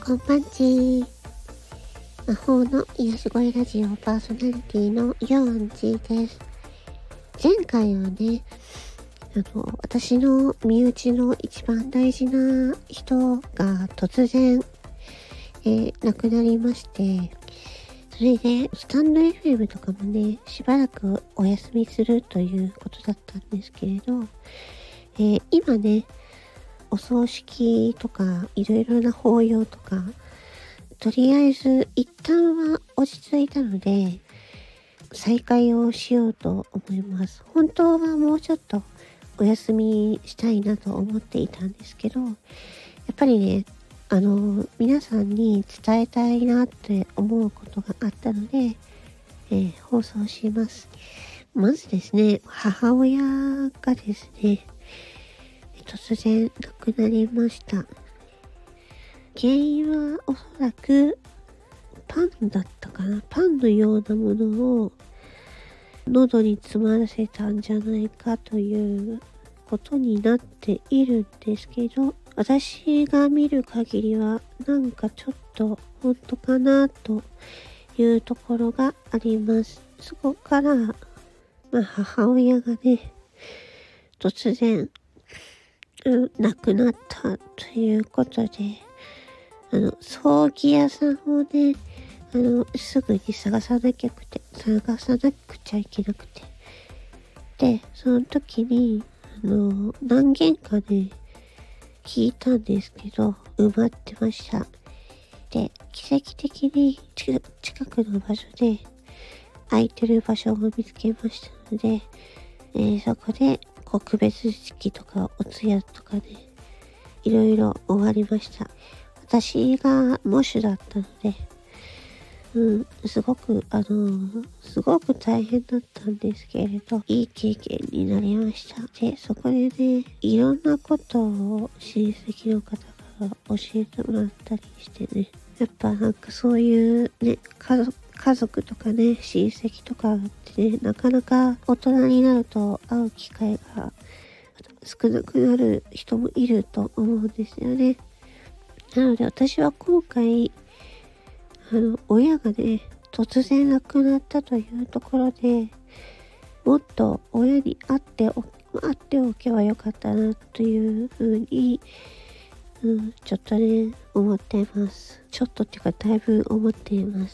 こんばんち。魔法の癒し声ラジオパーソナリティのヨンチです。前回はね、私の身内の一番大事な人が突然、亡くなりまして、それでスタンド FM とかもね、しばらくお休みするということだったんですけれど、今ね、お葬式とかいろいろな法要とか、とりあえず一旦は落ち着いたので再開をしようと思います。本当はもうちょっとお休みしたいなと思っていたんですけど、やっぱりね、皆さんに伝えたいなって思うことがあったので、放送します。まずですね、母親がですね、突然亡くなりました。原因はおそらくパンだったかな。パンのようなものを喉に詰まらせたんじゃないかということになっているんですけど、私が見る限りはなんかちょっと本当かなというところがあります。そこから、母親がね、突然亡くなったということで、葬儀屋さんをね、すぐに探さなくちゃいけなくて。で、その時に、何軒かね、聞いたんですけど、埋まってました。で、奇跡的に近くの場所で、空いてる場所を見つけましたので、そこで告別式とかお通夜とかね、いろいろ終わりました。私が喪主だったので、すごく大変だったんですけれど、いい経験になりました。で、そこでね、いろんなことを親戚の方から教えてもらったりしてね、やっぱなんかそういうね、家族とかね、親戚とかってね、なかなか大人になると会う機会が少なくなる人もいると思うんですよね。なので私は今回、親がね、突然亡くなったというところで、もっと親に会っておけばよかったなというふうに、ちょっとね、思っています。ちょっとっていうか、だいぶ思っています。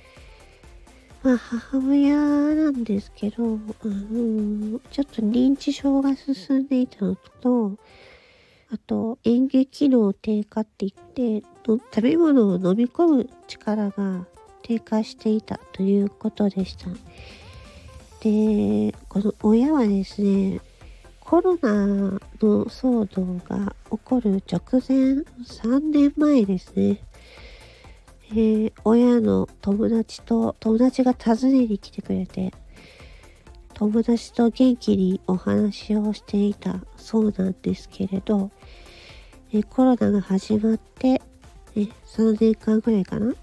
母親なんですけど、ちょっと認知症が進んでいたのと、あと、嚥下機能低下って言って、食べ物を飲み込む力が低下していたということでした。で、この親はですね、コロナの騒動が起こる直前、3年前ですね、親の友達が訪ねに来てくれて、友達と元気にお話をしていたそうなんですけれど、コロナが始まって、3年間ぐらいかな。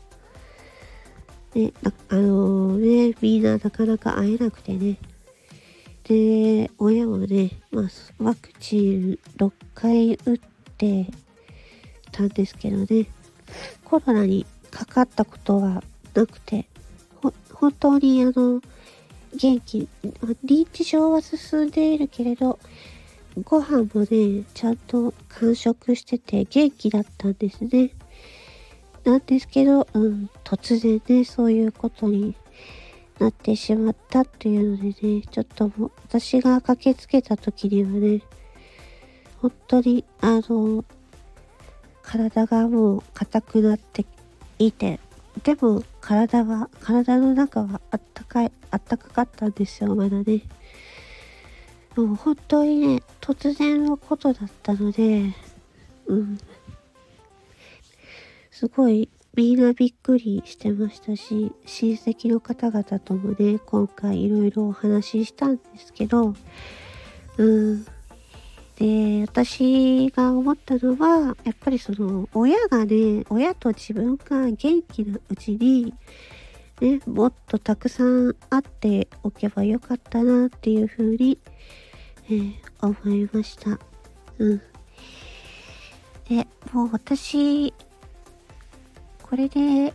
みんななかなか会えなくてね。で、親もね、ワクチン6回打ってたんですけどね、コロナにかかったことはなくて、本当に元気、認知症は進んでいるけれど、ご飯もね、ちゃんと完食してて元気だったんですね。なんですけど、突然ね、そういうことになってしまったっていうのでね、ちょっともう、私が駆けつけた時にはね、本当に、体がもう硬くなっていて、でも体の中はあったかかったんですよ、まだね。もう本当にね、突然のことだったので、すごいみんなびっくりしてましたし、親戚の方々ともね、今回いろいろお話ししたんですけど、で、私が思ったのは、やっぱり親と自分が元気なうちに、ね、もっとたくさん会っておけばよかったなっていうふうに、思いました。で、もう私これで、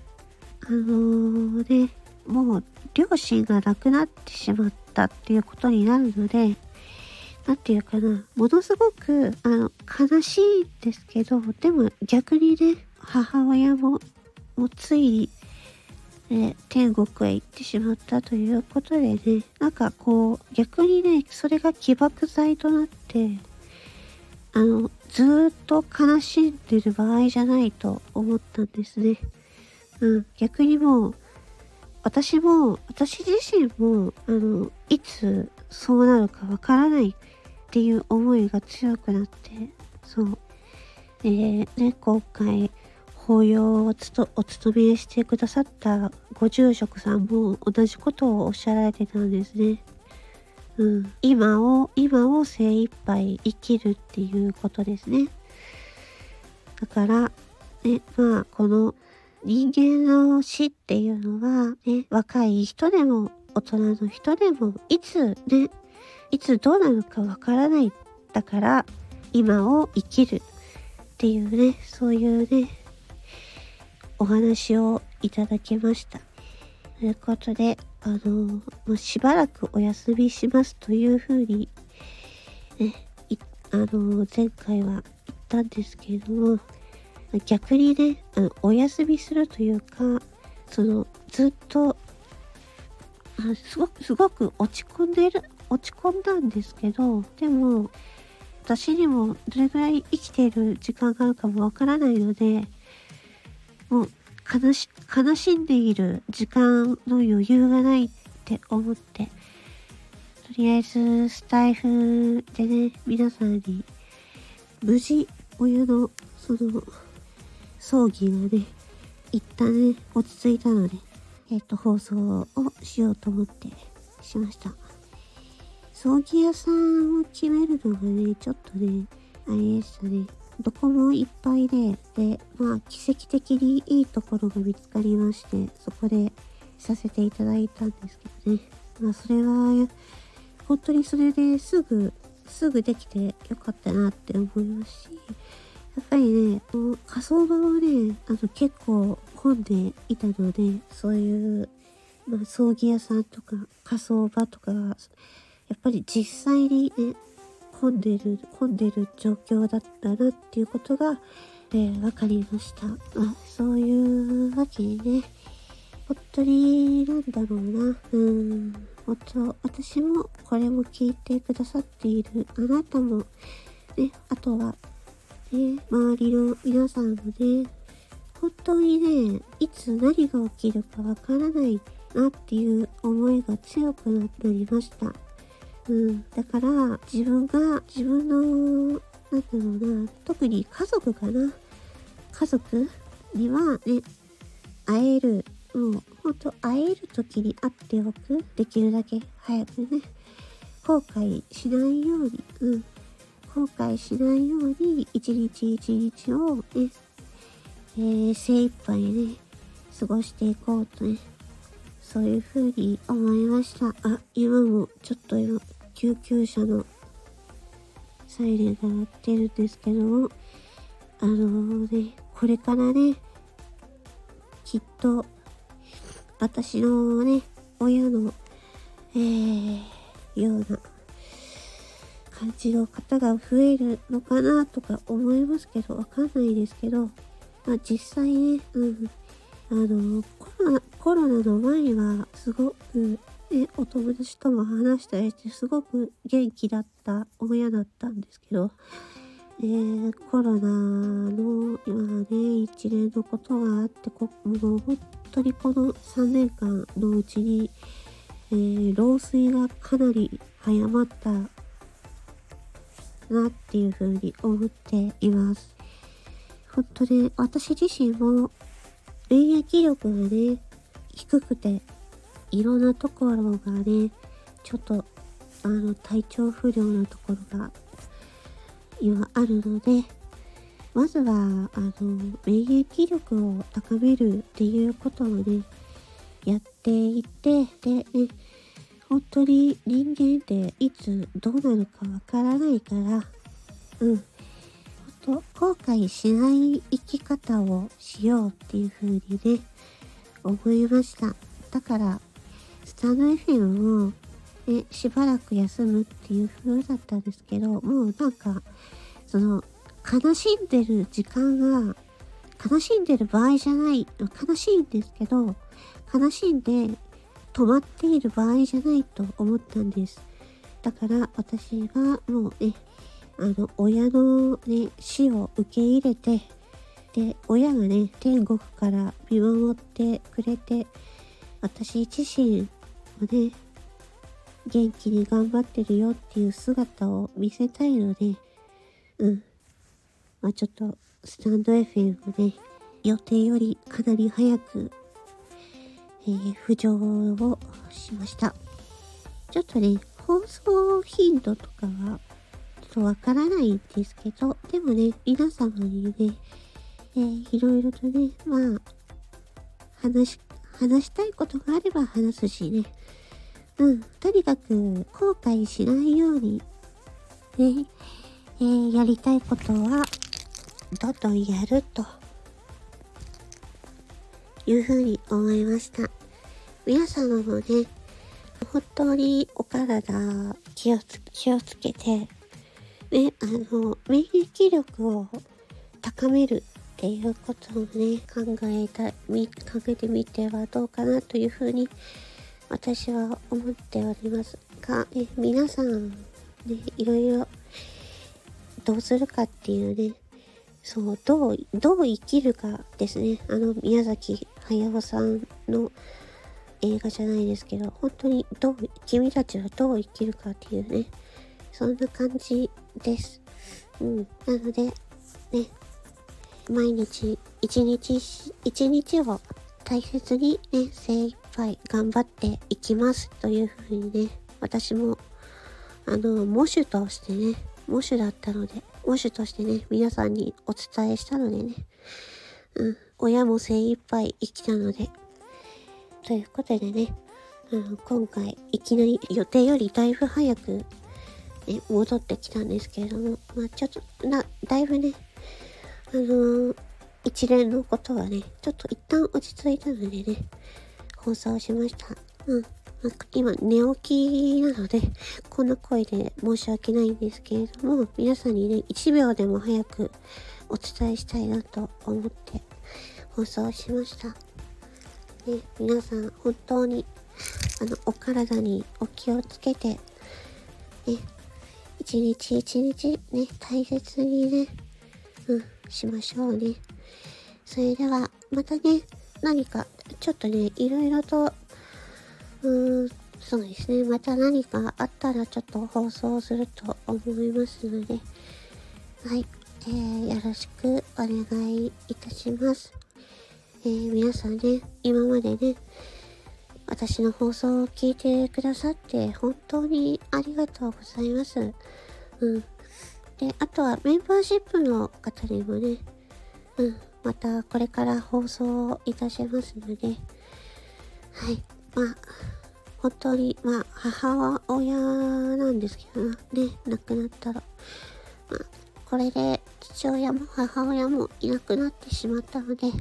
もう両親が亡くなってしまったっていうことになるので、なんていうかな、ものすごく、悲しいんですけど、でも逆にね、母親もついに、天国へ行ってしまったということでね、なんかこう、逆にね、それが起爆剤となって、ずーっと悲しんでる場合じゃないと思ったんですね。逆にもう、私自身も、いつそうなるかわからないっていう思いが強くなって、そう。今回、法要をお務めしてくださったご住職さんも同じことをおっしゃられてたんですね。今を精一杯生きるっていうことですね。だから、ね、この人間の死っていうのは、ね、若い人でも大人の人でもいつどうなるかわからない。だから、今を生きるっていうね、そういうね、お話をいただきました。ということで、もうしばらくお休みしますというふうに、ね、前回は言ったんですけれども、逆にね、お休みするというか、ずっと、すごく落ち込んだんですけど、でも、私にもどれぐらい生きている時間があるかもわからないので、もう悲しんでいる時間の余裕がないって思って、とりあえずスタイフでね、皆さんに無事親の葬儀がね、一旦ね、落ち着いたので、放送をしようと思ってしました。葬儀屋さんを決めるのがね、ちょっとね、あれでしたね。どこもいっぱいで、奇跡的にいいところが見つかりまして、そこでさせていただいたんですけどね。それは、本当にそれですぐできてよかったなって思いますし、やっぱりね、火葬場はね、結構混んでいたので、そういう、葬儀屋さんとか火葬場とかが、やっぱり実際にね、混んでる状況だったなっていうことが、分かりました。そういうわけでね、本当になんだろうな、本当私もこれも聞いてくださっているあなたも、ね、あとは、ね、周りの皆さんもね、本当にね、いつ何が起きるかわからないなっていう思いが強くなりました。だから自分の、なんだろうな、特に家族かな。家族にはね、会える、もうほんと会える時に会っておく。できるだけ早くね、後悔しないように、後悔しないように一日一日をね、精一杯ね、過ごしていこうとね、そういう風に思いました。今もちょっと救急車のサイレンが鳴ってるんですけども、これからね、きっと、私のね、親の、ような感じの方が増えるのかなとか思いますけど、わかんないですけど、実際ね、コロナの前はすごく、お友達とも話したりしてすごく元気だった親だったんですけど、コロナの今ね、一連のことがあって、もう本当にこの3年間のうちに、老衰がかなり早まったなっていうふうに思っています。本当に私自身も免疫力がね、低くて、いろんなところがね、ちょっと、体調不良なところが今あるので、まずは、免疫力を高めるっていうことをね、やっていって、で、ね、本当に人間っていつどうなるかわからないから、本と後悔しない生き方をしようっていう風にね、思いました。だから、スタンド FM を、ね、しばらく休むっていう風だったんですけど、もうなんか、その、悲しんでる時間が、悲しんでる場合じゃない、悲しいんですけど、悲しんで止まっている場合じゃないと思ったんです。だから私はもうね、親のね、死を受け入れて、で、親がね、天国から見守ってくれて、私自身もね、元気に頑張ってるよっていう姿を見せたいので、ちょっと、スタンド FM をね、予定よりかなり早く、浮上をしました。ちょっとね、放送頻度とかは、ちょっとわからないんですけど、でもね、皆様にね、いろいろとね、話したいことがあれば話すしね。とにかく後悔しないように、ね、やりたいことは、どんどんやると、いうふうに思いました。皆様もね、本当にお体気をつけて、ね、免疫力を高めるっていうことをね、考えてみてはどうかなというふうに私は思っておりますが、ね、皆さんね、いろいろどうするかっていうね、そう、どう生きるかですね。宮崎駿さんの映画じゃないですけど、本当に君たちはどう生きるかっていうね、そんな感じです。なので、ね、毎日、一日を大切にね、精一杯頑張っていきますというふうにね、私も、喪主としてね、喪主だったので、喪主としてね、皆さんにお伝えしたのでね、親も精一杯生きたので、ということでね、今回いきなり予定よりだいぶ早く、ね、戻ってきたんですけれども、ちょっとだいぶね、一連のことはね、ちょっと一旦落ち着いたのでね、放送しました。今寝起きなので、こんな声で申し訳ないんですけれども、皆さんにね、1秒でも早くお伝えしたいなと思って放送しました。ね、皆さん本当にお体にお気をつけて、ね、一日一日ね、大切にね、しましょうね。それでは、またね、何か、ちょっとね、いろいろと、そうですね、また何かあったらちょっと放送すると思いますので、はい、よろしくお願いいたします。皆さんね、今までね、私の放送を聞いてくださって本当にありがとうございます。で、あとはメンバーシップの方にもね、またこれから放送いたしますので、はい、本当に、母親なんですけどね、亡くなったら、これで父親も母親もいなくなってしまったので、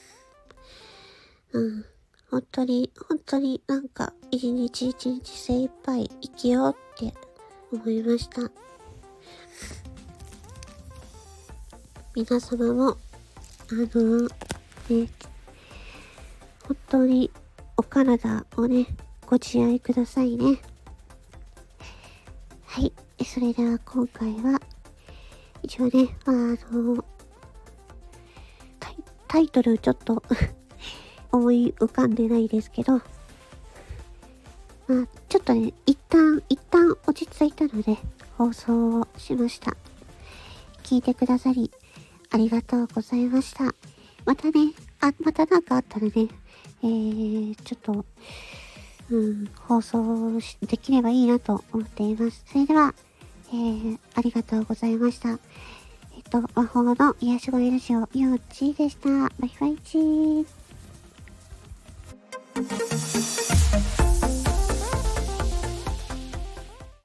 本当になんか一日一日精一杯生きようって思いました。皆様も、本当にお体をね、ご自愛くださいね。はい。それでは今回は、一応ね、タイトルちょっと思い浮かんでないですけど、ちょっとね、一旦落ち着いたので、放送をしました。聞いてくださり、ありがとうございました。またね、またなんかあったらね、ちょっと、放送できればいいなと思っています。それでは、ありがとうございました。魔法の癒し声ラジオ、よっちーでした。バイバイチー。